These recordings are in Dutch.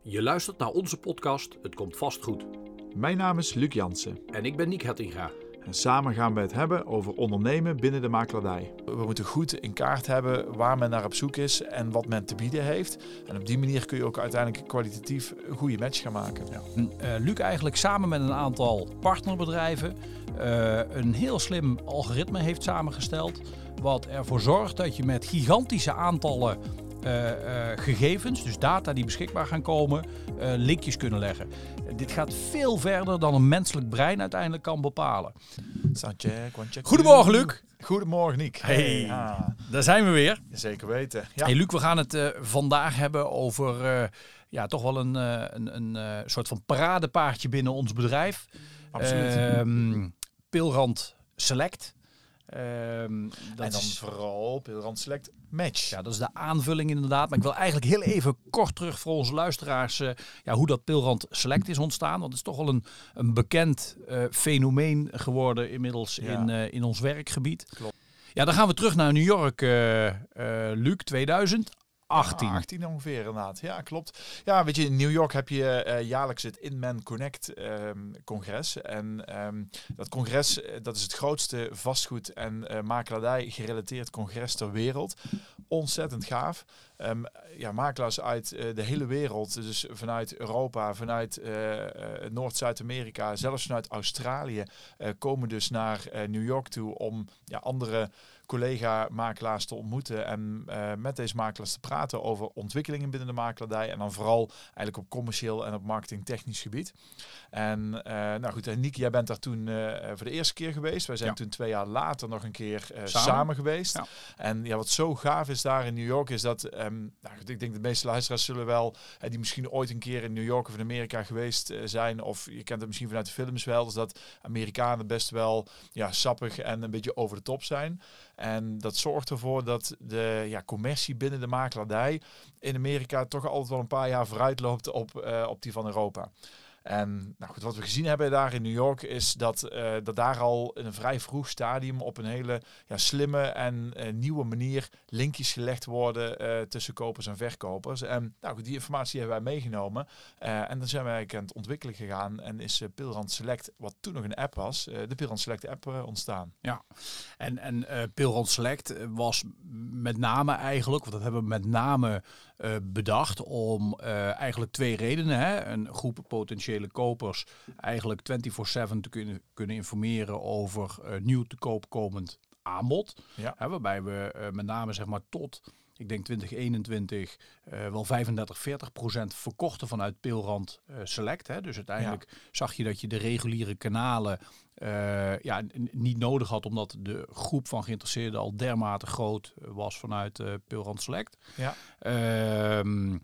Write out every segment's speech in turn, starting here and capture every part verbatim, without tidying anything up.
Je luistert naar onze podcast Het Komt Vast Goed. Mijn naam is Luc Jansen. En ik ben Niek Hettinga. En samen gaan we het hebben over ondernemen binnen de makelaardij. We moeten goed in kaart hebben waar men naar op zoek is en wat men te bieden heeft. En op die manier kun je ook uiteindelijk kwalitatief een goede match gaan maken. Ja. Uh, Luc eigenlijk samen met een aantal partnerbedrijven uh, een heel slim algoritme heeft samengesteld. Wat ervoor zorgt dat je met gigantische aantallen Uh, uh, gegevens, dus data die beschikbaar gaan komen, uh, linkjes kunnen leggen. Uh, dit gaat veel verder dan een menselijk brein uiteindelijk kan bepalen. Soundcheck, one check. Goedemorgen, Luc. Goedemorgen, Niek. Hey, ja. Daar zijn we weer. Zeker weten. Ja. Hey, Luc, we gaan het uh, vandaag hebben over uh, ja, toch wel een, uh, een, een uh, soort van paradepaardje binnen ons bedrijf. Absoluut. Uh, Pilrand Select. Um, dat en dan is, vooral Pilrand Select Match. Ja, dat is de aanvulling inderdaad. Maar ik wil eigenlijk heel even kort terug voor onze luisteraars uh, ja, hoe dat Pilrand Select is ontstaan. Want het is toch wel een, een bekend uh, fenomeen geworden inmiddels ja. in, uh, in ons werkgebied. Klopt. Ja, dan gaan we terug naar New York, uh, uh, Luc, tweeduizend achttien. Ja, achttien ongeveer inderdaad. Ja, klopt. Ja, weet je, in New York heb je uh, jaarlijks het Inman Connect um, congres. En um, dat congres, dat is het grootste vastgoed- en uh, makelaardij gerelateerd congres ter wereld. Ontzettend gaaf. Um, ja, makelaars uit uh, de hele wereld, dus vanuit Europa, vanuit uh, uh, Noord-Zuid-Amerika, zelfs vanuit Australië, uh, komen dus naar uh, New York toe om ja, andere collega-makelaars te ontmoeten en uh, met deze makelaars te praten over ontwikkelingen binnen de makelaardij en dan vooral eigenlijk op commercieel en op marketingtechnisch gebied. En uh, nou goed, en Niek, jij bent daar toen uh, voor de eerste keer geweest. Wij zijn ja. toen twee jaar later nog een keer uh, samen? samen geweest. Ja. En ja, wat zo gaaf is daar in New York is dat, um, nou goed, ik denk de meeste luisteraars zullen wel, uh, die misschien ooit een keer in New York of in Amerika geweest uh, zijn, of je kent het misschien vanuit de films wel, dus dat Amerikanen best wel ja, sappig en een beetje over de top zijn. En dat zorgt ervoor dat de ja, commercie binnen de makelaardij in Amerika toch altijd wel een paar jaar vooruit loopt op, uh, op die van Europa. En nou goed, wat we gezien hebben daar in New York is dat, uh, dat daar al in een vrij vroeg stadium op een hele ja, slimme en uh, nieuwe manier linkjes gelegd worden uh, tussen kopers en verkopers. En nou goed, die informatie hebben wij meegenomen. Uh, en dan zijn wij eigenlijk aan het ontwikkelen gegaan en is uh, Pilrand Select, wat toen nog een app was, uh, de Pilrand Select app uh, ontstaan. Ja, en, en uh, Pilrand Select was met name eigenlijk, of dat hebben we met name uh, bedacht om uh, eigenlijk twee redenen, hè, een groep potentiële kopers eigenlijk vierentwintig zeven te kunnen, kunnen informeren over uh, nieuw te koop komend aanbod. Ja. Hè, waarbij we uh, met name zeg maar tot, ik denk twintig eenentwintig, uh, wel vijfendertig, veertig procent verkochten vanuit Pilrand uh, Select. Hè. Dus uiteindelijk ja. zag je dat je de reguliere kanalen Uh, ja, n- niet nodig had, omdat de groep van geïnteresseerden al dermate groot was vanuit uh, Pilrand Select. Ja. Uh,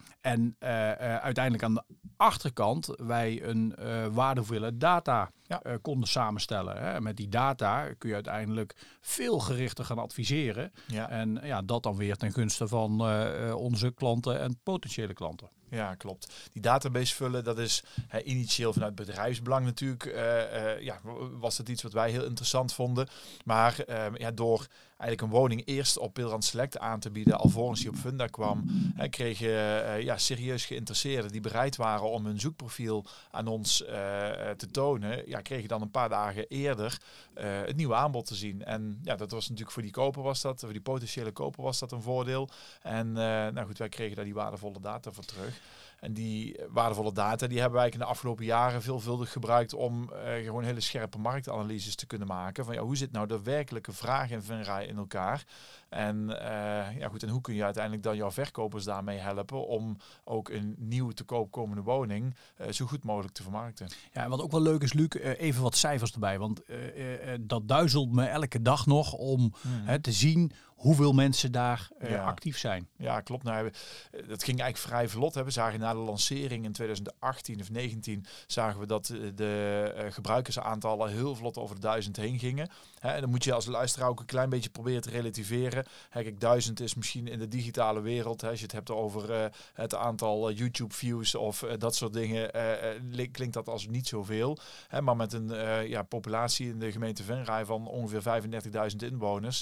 en uh, uh, uiteindelijk aan de achterkant wij een uh, waardevolle data ja. uh, konden samenstellen. Hè. Met die data kun je uiteindelijk veel gerichter gaan adviseren. Ja. En uh, ja, dat dan weer ten gunste van uh, onze klanten en potentiële klanten. Ja, klopt. Die database vullen, dat is hè, initieel vanuit bedrijfsbelang natuurlijk. Uh, uh, ja, was dat iets wat wij heel interessant vonden. Maar uh, ja, door eigenlijk een woning eerst op Pilrand Select aan te bieden, alvorens die op Funda kwam, hè, kregen uh, ja, serieus geïnteresseerden die bereid waren om hun zoekprofiel aan ons uh, te tonen. Ja, kregen dan een paar dagen eerder uh, het nieuwe aanbod te zien. En ja, dat was natuurlijk voor die koper was dat, voor die potentiële koper was dat een voordeel. En uh, nou goed, wij kregen daar die waardevolle data voor terug. En die waardevolle data die hebben wij in de afgelopen jaren veelvuldig gebruikt om uh, gewoon hele scherpe marktanalyses te kunnen maken. Van ja, hoe zit nou de werkelijke vraag en venrij in elkaar? En, uh, ja, goed, en hoe kun je uiteindelijk dan jouw verkopers daarmee helpen om ook een nieuw te koop komende woning uh, zo goed mogelijk te vermarkten? Ja, en wat ook wel leuk is, Luc, uh, even wat cijfers erbij. Want uh, uh, dat duizelt me elke dag nog om hmm. hè, te zien hoeveel mensen daar uh, ja. actief zijn. Ja, klopt. Nou, dat ging eigenlijk vrij vlot. Hè. We zagen na de lancering in twintig achttien of negentien zagen we dat de uh, gebruikersaantallen heel vlot over de duizend heen gingen. Hè, en dan moet je als luisteraar ook een klein beetje proberen te relativeren. Hè, kijk, duizend is misschien in de digitale wereld, hè, als je het hebt over uh, het aantal uh, YouTube-views of uh, dat soort dingen, uh, uh, klinkt dat als niet zoveel. Hè, maar met een uh, ja, populatie in de gemeente Venray van ongeveer vijfendertigduizend inwoners,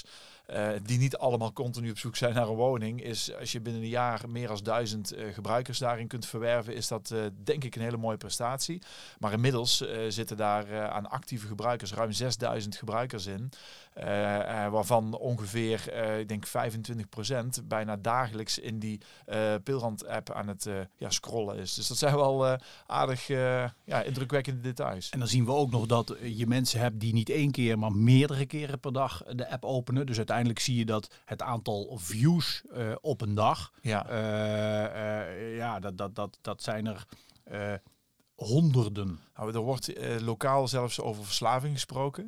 uh, die niet allemaal continu op zoek zijn naar een woning, is als je binnen een jaar meer dan duizend uh, gebruikers daarin kunt verwerven, is dat uh, denk ik een hele mooie prestatie. Maar inmiddels uh, zitten daar uh, aan actieve gebruikers ruim zesduizend gebruikers in, uh, uh, waarvan ongeveer, uh, ik denk vijfentwintig procent bijna dagelijks in die uh, Pilrand-app aan het uh, ja, scrollen is. Dus dat zijn wel uh, aardig uh, ja, indrukwekkende details. En dan zien we ook nog dat je mensen hebt die niet één keer, maar meerdere keren per dag de app openen. Dus uiteindelijk zie je dat het aantal views uh, op een dag, ja, uh, uh, ja dat, dat, dat, dat zijn er uh, honderden. Nou, er wordt uh, lokaal zelfs over verslaving gesproken.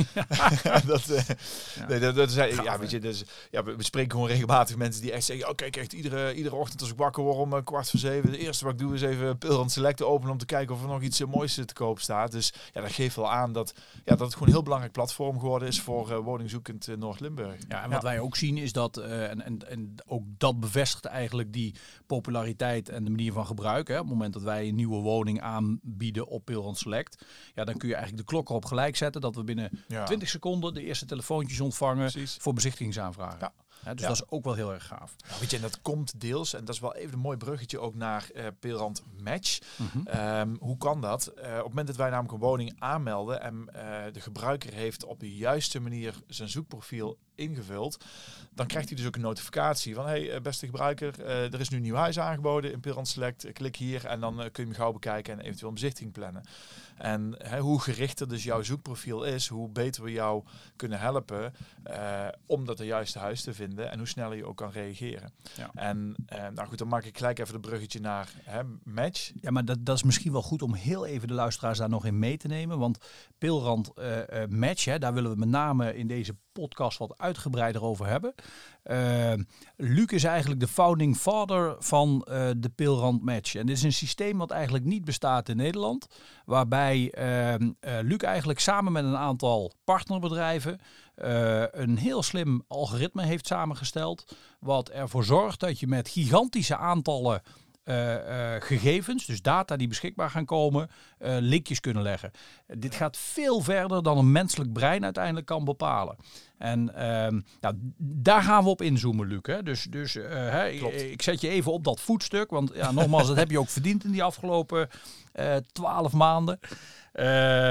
dat, uh, ja. Nee, dat, dat is, Gaaf, ja, weet je, dus, ja, we, we spreken gewoon regelmatig mensen die echt zeggen, oh, kijk, echt iedere, iedere ochtend als ik wakker word om uh, kwart voor zeven, het eerste wat ik doe is even Pilrand Select openen om te kijken of er nog iets uh, moois te koop staat. Dus ja, dat geeft wel aan dat, ja, dat het gewoon een heel belangrijk platform geworden is voor uh, woningzoekend uh, Noord-Limburg. Ja, en wat ja. wij ook zien is dat, uh, en, en, en ook dat bevestigt eigenlijk die populariteit en de manier van gebruik. Hè. Op het moment dat wij een nieuwe woning aanbieden op Pilrand Select, ja, dan kun je eigenlijk de klok erop gelijk zetten dat we binnen ja. twintig seconden de eerste telefoontjes ontvangen Precies. voor bezichtigingsaanvragen. Ja. Ja, dus ja. dat is ook wel heel erg gaaf. Nou, weet je, en dat komt deels, en dat is wel even een mooi bruggetje ook naar uh, Pilrand Match. Mm-hmm. Um, hoe kan dat? Uh, op het moment dat wij namelijk een woning aanmelden en uh, de gebruiker heeft op de juiste manier zijn zoekprofiel ingevuld, dan krijgt hij dus ook een notificatie van, hey, beste gebruiker, uh, er is nu een nieuw huis aangeboden in Pilrand Select. Klik hier en dan uh, kun je hem gauw bekijken en eventueel een bezichtiging plannen. En hè, hoe gerichter dus jouw zoekprofiel is, hoe beter we jou kunnen helpen uh, om dat de juiste huis te vinden en hoe sneller je ook kan reageren. Ja. En uh, nou goed, dan maak ik gelijk even de bruggetje naar hè, Match. Ja, maar dat, dat is misschien wel goed om heel even de luisteraars daar nog in mee te nemen, want Pilrand uh, uh, Match, hè, daar willen we met name in deze podcast wat uitgebreider over hebben. Uh, Luc is eigenlijk de founding father van uh, de Pilrand Match. En dit is een systeem wat eigenlijk niet bestaat in Nederland, waarbij uh, uh, Luc eigenlijk samen met een aantal partnerbedrijven uh, een heel slim algoritme heeft samengesteld, wat ervoor zorgt dat je met gigantische aantallen Uh, uh, gegevens, dus data die beschikbaar gaan komen, uh, linkjes kunnen leggen. Uh, dit gaat veel verder dan een menselijk brein uiteindelijk kan bepalen. En uh, nou, daar gaan we op inzoomen, Luc. Hè? Dus, dus uh, hè, ik, ik zet je even op dat voetstuk, want ja, nogmaals, dat heb je ook verdiend in die afgelopen twaalf uh, maanden. Uh,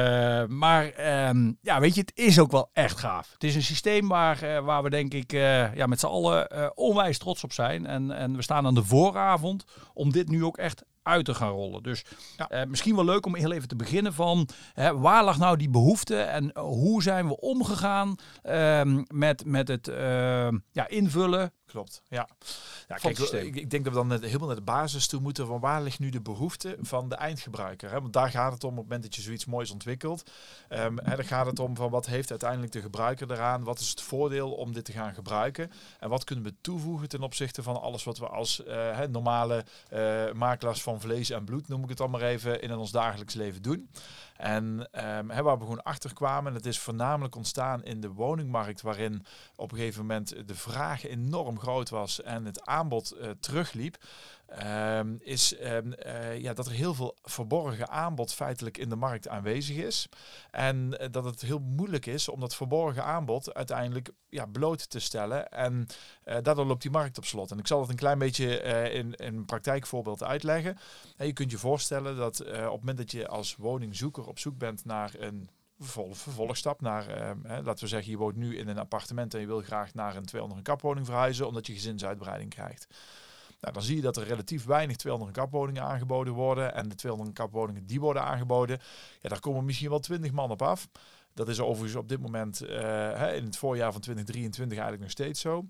maar um, ja, weet je, het is ook wel echt gaaf. Het is een systeem waar, uh, waar we denk ik uh, ja, met z'n allen uh, onwijs trots op zijn. En, en we staan aan de vooravond om dit nu ook echt uit te gaan rollen. Dus ja. uh, misschien wel leuk om heel even te beginnen van hè, waar lag nou die behoefte en uh, hoe zijn we omgegaan uh, met, met het uh, ja, invullen. Klopt, ja. ja kijk, ik, ik denk dat we dan net, helemaal naar de basis toe moeten van waar ligt nu de behoefte van de eindgebruiker. Hè? Want daar gaat het om op het moment dat je zoiets moois ontwikkelt. Um, hè, dan gaat het om van wat heeft uiteindelijk de gebruiker eraan, wat is het voordeel om dit te gaan gebruiken en wat kunnen we toevoegen ten opzichte van alles wat we als uh, hè, normale uh, makelaars van vlees en bloed, noem ik het dan maar even, in ons dagelijks leven doen. En um, hè, waar we gewoon achter kwamen, en het is voornamelijk ontstaan in de woningmarkt, waarin op een gegeven moment de vraag enorm groot was en het aanbod uh, terugliep, um, is um, uh, ja, dat er heel veel verborgen aanbod feitelijk in de markt aanwezig is. En uh, dat het heel moeilijk is om dat verborgen aanbod uiteindelijk ja, bloot te stellen. En uh, daardoor loopt die markt op slot. En ik zal het een klein beetje uh, in, in een praktijkvoorbeeld uitleggen. En je kunt je voorstellen dat uh, op het moment dat je als woningzoeker op zoek bent naar een Vervol, vervolgstap naar, uh, hè, laten we zeggen, je woont nu in een appartement en je wil graag naar een tweehonderd kapwoning verhuizen omdat je gezinsuitbreiding krijgt. Nou, dan zie je dat er relatief weinig tweehonderd kapwoningen aangeboden worden en de tweehonderd kapwoningen die worden aangeboden, ja, daar komen misschien wel twintig man op af. Dat is overigens op dit moment uh, hè, in het voorjaar van twintig drieëntwintig eigenlijk nog steeds zo.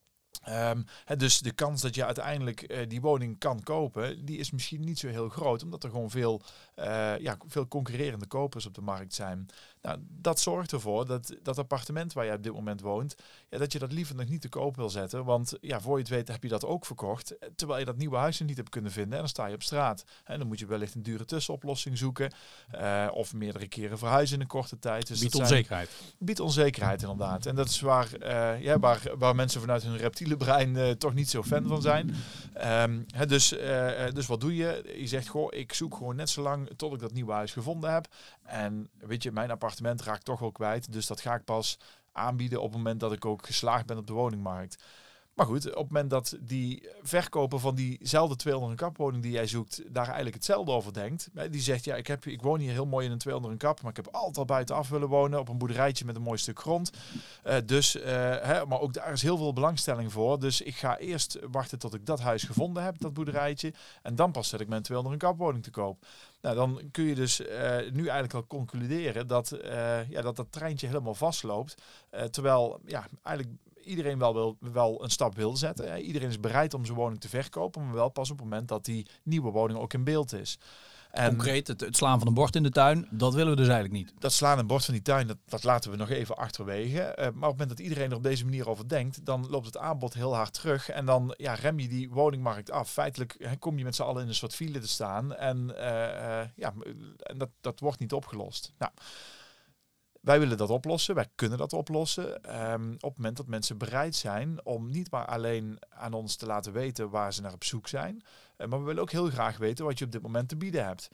Um, he, dus de kans dat je uiteindelijk uh, die woning kan kopen, die is misschien niet zo heel groot, omdat er gewoon veel, uh, ja, veel concurrerende kopers op de markt zijn. Nou, dat zorgt ervoor dat dat appartement waar je op dit moment woont, ja, dat je dat liever nog niet te koop wil zetten, want ja, voor je het weet heb je dat ook verkocht, terwijl je dat nieuwe huis nog niet hebt kunnen vinden en dan sta je op straat. En dan moet je wellicht een dure tussenoplossing zoeken, uh, of meerdere keren verhuizen in een korte tijd. Dus biedt onzekerheid. Zijn, biedt onzekerheid inderdaad. En dat is waar, uh, ja, waar, waar mensen vanuit hun reptiele brein uh, toch niet zo fan van zijn. Um, he, dus, uh, dus wat doe je? Je zegt, goh, ik zoek gewoon net zo lang tot ik dat nieuwe huis gevonden heb. En weet je, mijn appartement raakt toch wel kwijt. Dus dat ga ik pas aanbieden op het moment dat ik ook geslaagd ben op de woningmarkt. Maar goed, op het moment dat die verkoper van diezelfde tweehonderd kapwoning die jij zoekt, daar eigenlijk hetzelfde over denkt. Die zegt, ja, ik, heb, ik woon hier heel mooi in een tweehonderd kap, maar ik heb altijd al buitenaf willen wonen op een boerderijtje met een mooi stuk grond. Uh, dus, uh, hè, maar ook daar is heel veel belangstelling voor. Dus ik ga eerst wachten tot ik dat huis gevonden heb, dat boerderijtje. En dan pas zet ik mijn tweehonderd kapwoning te koop. Nou, dan kun je dus uh, nu eigenlijk al concluderen dat, uh, ja, dat dat treintje helemaal vastloopt. Uh, terwijl, ja, eigenlijk iedereen wel, wil, wel een stap wil zetten. Hè. Iedereen is bereid om zijn woning te verkopen, maar wel pas op het moment dat die nieuwe woning ook in beeld is. En concreet, het, het slaan van een bord in de tuin, dat willen we dus eigenlijk niet. Dat slaan een bord van die tuin, dat, dat laten we nog even achterwege. Uh, maar op het moment dat iedereen er op deze manier over denkt, dan loopt het aanbod heel hard terug. En dan ja, rem je die woningmarkt af. Feitelijk he, kom je met z'n allen in een soort file te staan. En uh, uh, ja, en dat, dat wordt niet opgelost. Nou, wij willen dat oplossen, wij kunnen dat oplossen um, op het moment dat mensen bereid zijn om niet maar alleen aan ons te laten weten waar ze naar op zoek zijn, uh, maar we willen ook heel graag weten wat je op dit moment te bieden hebt.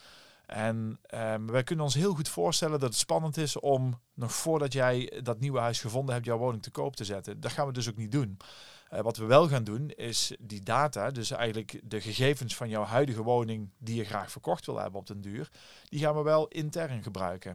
En um, wij kunnen ons heel goed voorstellen dat het spannend is om nog voordat jij dat nieuwe huis gevonden hebt, jouw woning te koop te zetten. Dat gaan we dus ook niet doen. Uh, wat we wel gaan doen is die data, dus eigenlijk de gegevens van jouw huidige woning die je graag verkocht wil hebben op den duur, die gaan we wel intern gebruiken.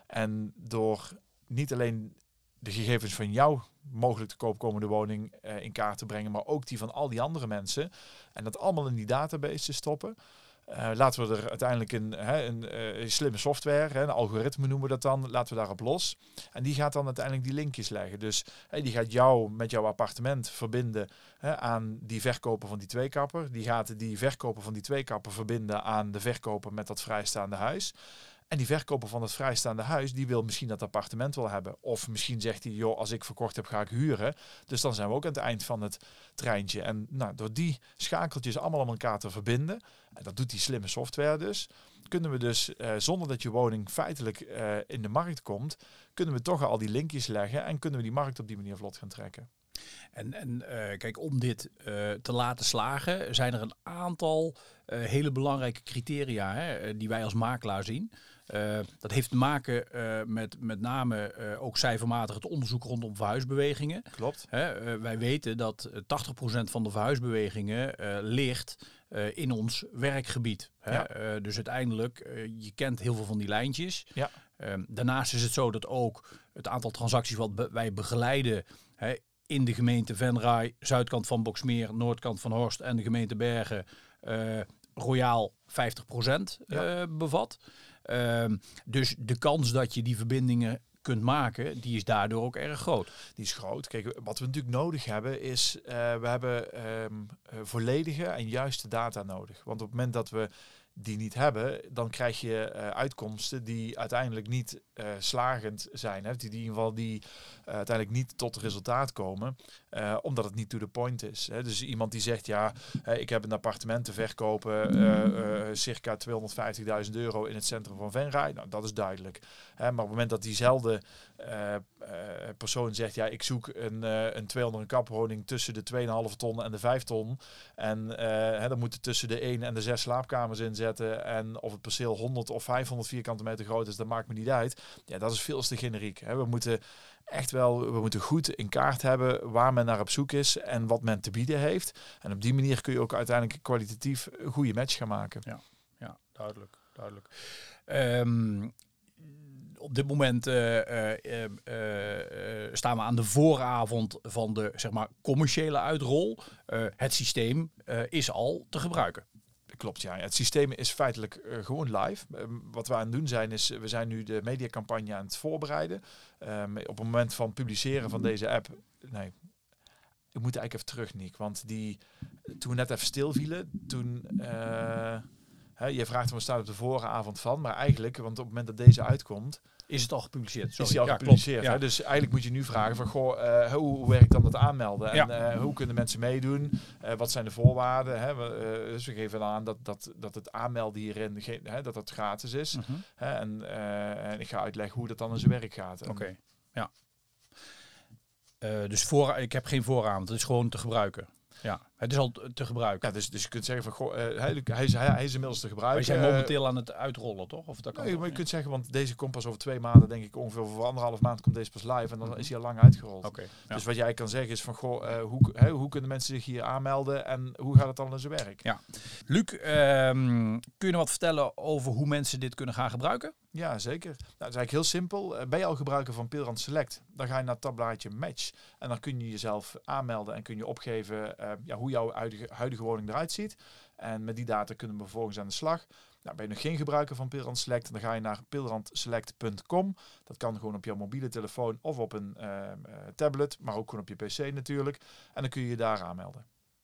En door niet alleen de gegevens van jouw mogelijk te koop komende woning uh, in kaart te brengen, maar ook die van al die andere mensen. En dat allemaal in die database te stoppen. Uh, laten we er uiteindelijk een, hè, een, uh, een slimme software, hè, een algoritme noemen we dat dan, laten we daarop los. En die gaat dan uiteindelijk die linkjes leggen. Dus hey, die gaat jou met jouw appartement verbinden hè, aan die verkoper van die tweekapper. Die gaat die verkoper van die tweekapper verbinden aan de verkoper met dat vrijstaande huis. En die verkoper van het vrijstaande huis, die wil misschien dat appartement wel hebben. Of misschien zegt hij, joh, als ik verkocht heb, ga ik huren. Dus dan zijn we ook aan het eind van het treintje. En nou, door die schakeltjes allemaal aan elkaar te verbinden, en dat doet die slimme software dus, kunnen we dus, uh, zonder dat je woning feitelijk uh, in de markt komt, kunnen we toch al die linkjes leggen en kunnen we die markt op die manier vlot gaan trekken. En, en uh, kijk, om dit uh, te laten slagen, zijn er een aantal uh, hele belangrijke criteria hè, die wij als makelaar zien. Uh, dat heeft te maken uh, met met name uh, ook cijfermatig het onderzoek rondom verhuisbewegingen. Klopt. Hè, uh, wij weten dat tachtig procent van de verhuisbewegingen uh, ligt uh, in ons werkgebied. Hè? Ja. Uh, dus uiteindelijk, uh, je kent heel veel van die lijntjes. Ja. Uh, daarnaast is het zo dat ook het aantal transacties wat be- wij begeleiden hè, in de gemeente Venray, zuidkant van Boxmeer, noordkant van Horst en de gemeente Bergen, uh, royaal vijftig procent uh, ja. bevat. Uh, dus de kans dat je die verbindingen kunt maken, die is daardoor ook erg groot. Die is groot. Kijk, wat we natuurlijk nodig hebben is, uh, we hebben um, uh, volledige en juiste data nodig. Want op het moment dat we die niet hebben, dan krijg je uh, uitkomsten die uiteindelijk niet uh, slagend zijn. Hè? Die, die in ieder geval die uh, uiteindelijk niet tot resultaat komen, uh, omdat het niet to the point is. Hè? Dus iemand die zegt, ja, uh, ik heb een appartement te verkopen, uh, uh, circa tweehonderdvijftigduizend euro in het centrum van Venray. Nou, dat is duidelijk. Hè? Maar op het moment dat diezelfde uh, uh, persoon zegt, ja, ik zoek een, uh, een tweehonderd kapwoning tussen de twee komma vijf ton en de vijf ton. En uh, hè, dan moeten tussen de één en de zes slaapkamers in zetten. En of het perceel honderd of vijfhonderd vierkante meter groot is, dat maakt me niet uit. Ja, dat is veel te generiek. Hè. We moeten echt wel, we moeten goed in kaart hebben waar men naar op zoek is en wat men te bieden heeft. En op die manier kun je ook uiteindelijk kwalitatief een goede match gaan maken. Ja, ja duidelijk. duidelijk. Um, op dit moment uh, uh, uh, uh, staan we aan de vooravond van de zeg maar, commerciële uitrol. Uh, het systeem uh, is al te gebruiken. Klopt, ja. Het systeem is feitelijk uh, gewoon live. Uh, wat we aan het doen zijn, is we zijn nu de mediacampagne aan het voorbereiden. Um, op het moment van publiceren van deze app... Nee, ik moet eigenlijk even terug, Nick. Want die, toen we net even stilvielen, toen... Uh, hè, je vraagt me staat op de vooravond van, maar eigenlijk, want op het moment dat deze uitkomt... Is het al gepubliceerd? Sorry. Is die al ja, gepubliceerd. Ja. Hè? Dus eigenlijk moet je nu vragen van, goh, uh, hoe, hoe werkt dan het aanmelden? Ja. En uh, hoe kunnen mensen meedoen? Uh, wat zijn de voorwaarden? Hè? We, uh, dus we geven aan dat, dat, dat het aanmelden hierin, ge- hè, dat dat gratis is. Uh-huh. Hè? En, uh, en ik ga uitleggen hoe dat dan in zijn werk gaat. Oké, okay. ja. Uh, dus voor, ik heb geen voorraad, het is gewoon te gebruiken. Ja. Het is al te gebruiken. Ja, dus, dus je kunt zeggen van, goh, uh, hij, hij, is, hij, hij is inmiddels te gebruiken. Wij zijn momenteel aan het uitrollen, toch? Of dat kan nee, ook, maar je ja. kunt zeggen, want deze komt pas over twee maanden, denk ik ongeveer over anderhalf maand komt deze pas live. En dan is hij al lang uitgerold. Okay, ja. Dus wat jij kan zeggen is van, goh, uh, hoe, hè, hoe kunnen mensen zich hier aanmelden en hoe gaat het dan in zijn werk? Ja. Luc, um, kun je nog wat vertellen over hoe mensen dit kunnen gaan gebruiken? Ja, zeker. Nou, dat is eigenlijk heel simpel. Uh, ben je al gebruiker van Pilrand Select, dan ga je naar het tabblaadje Match. En dan kun je jezelf aanmelden en kun je opgeven uh, ja, hoe jouw huidige, huidige woning eruit ziet. En met die data kunnen we vervolgens aan de slag. Nou, ben je nog geen gebruiker van Pilrand Select, dan ga je naar pilrand select punt com. Dat kan gewoon op jouw mobiele telefoon of op een uh, uh, tablet, maar ook gewoon op je pc natuurlijk. En dan kun je je daar aanmelden.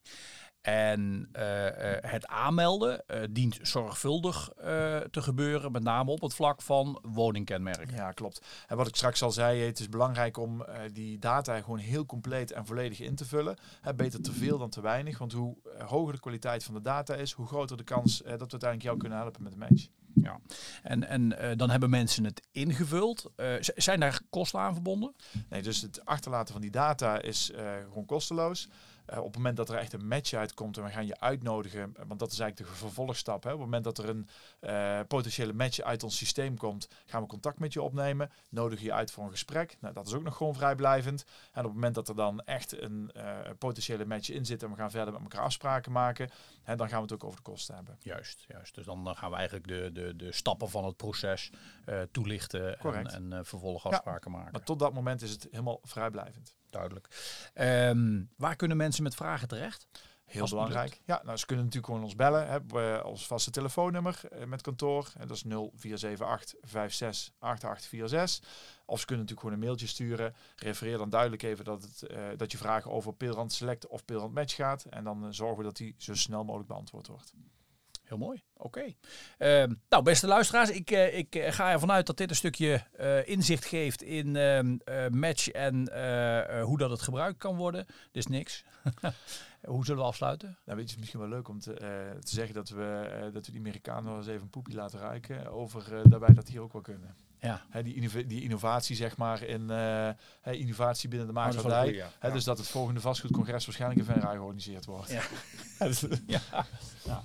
En uh, uh, het aanmelden uh, dient zorgvuldig uh, te gebeuren, met name op het vlak van woningkenmerken. Ja, klopt. En wat ik straks al zei, het is belangrijk om uh, die data gewoon heel compleet en volledig in te vullen. He, beter te veel dan te weinig, want hoe uh, hoger de kwaliteit van de data is, hoe groter de kans uh, dat we uiteindelijk jou kunnen helpen met de match. Ja, en, en uh, dan hebben mensen het ingevuld. Uh, z- zijn daar kosten aan verbonden? Nee, dus het achterlaten van die data is uh, gewoon kosteloos. Uh, op het moment dat er echt een match uitkomt en we gaan je uitnodigen, want dat is eigenlijk de vervolgstap. Hè. Op het moment dat er een uh, potentiële match uit ons systeem komt, gaan we contact met je opnemen, nodigen je uit voor een gesprek. Nou, dat is ook nog gewoon vrijblijvend. En op het moment dat er dan echt een uh, potentiële match in zit en we gaan verder met elkaar afspraken maken, hè, dan gaan we het ook over de kosten hebben. Juist, juist. Dus dan gaan we eigenlijk de, de, de stappen van het proces uh, toelichten Correct. en, en uh, vervolgafspraken ja, maken. Maar tot dat moment is het helemaal vrijblijvend. Duidelijk. Um, waar kunnen mensen met vragen terecht? Heel belangrijk. Ja, nou, ze kunnen natuurlijk gewoon ons bellen. Hè, ons vaste telefoonnummer uh, met kantoor. En dat is nul vier zeven acht vijf zes acht acht vier zes. Of ze kunnen natuurlijk gewoon een mailtje sturen. Refereer dan duidelijk even dat, het, uh, dat je vragen over Pilrand Select of Pilrand Match gaat. En dan uh, zorgen we dat die zo snel mogelijk beantwoord wordt. Heel mooi, oké. Okay. Uh, nou, beste luisteraars, ik, uh, ik uh, ga ervan uit dat dit een stukje uh, inzicht geeft in uh, uh, Match en uh, uh, hoe dat het gebruikt kan worden. Dus niks. Hoe zullen we afsluiten? Nou, weet je, het is misschien wel leuk om te, uh, te zeggen dat we, uh, dat we die Amerikanen wel eens even een poepie laten ruiken over uh, dat wij dat hier ook wel kunnen. Ja. He, die, innov- die innovatie, zeg maar, in uh, he, innovatie binnen de makelaardij. Oh, ja. He, dus dat het volgende vastgoedcongres waarschijnlijk in Venray georganiseerd wordt. Ja. ja. ja.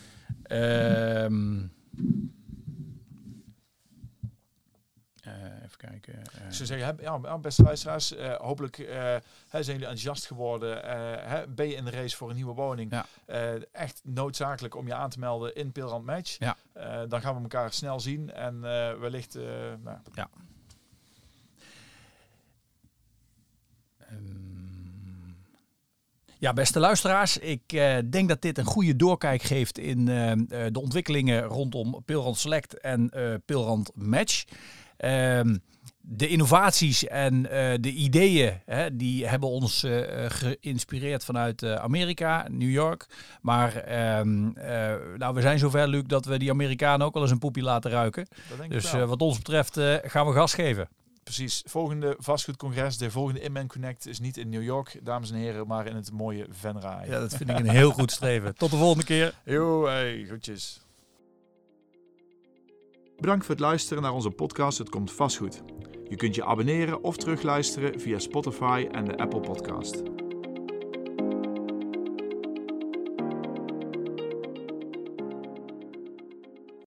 Um, uh, even kijken. Uh. Ik zou zeggen, ja, beste luisteraars, uh, hopelijk uh, hè, zijn jullie enthousiast geworden. Uh, hè, ben je in de race voor een nieuwe woning? Ja. Uh, echt noodzakelijk om je aan te melden in Pilrand Match. Ja. Uh, dan gaan we elkaar snel zien en uh, wellicht... Uh, nou. Ja. Um. Ja, beste luisteraars, ik uh, denk dat dit een goede doorkijk geeft in uh, de ontwikkelingen rondom Pilrand Select en uh, Pilrand Match. Uh, de innovaties en uh, de ideeën, hè, die hebben ons uh, geïnspireerd vanuit uh, Amerika, New York. Maar uh, uh, nou, we zijn zover, Luc, dat we die Amerikanen ook wel eens een poepie laten ruiken. Dus uh, wat ons betreft uh, gaan we gas geven. Precies. Volgende vastgoedcongres, de volgende Inman Connect is niet in New York, dames en heren, maar in het mooie Venray. Ja, dat vind ik een heel goed streven. Tot de volgende keer. Jo, hey, groetjes. Bedankt voor het luisteren naar onze podcast Het Komt Vastgoed. Je kunt je abonneren of terugluisteren via Spotify en de Apple Podcast.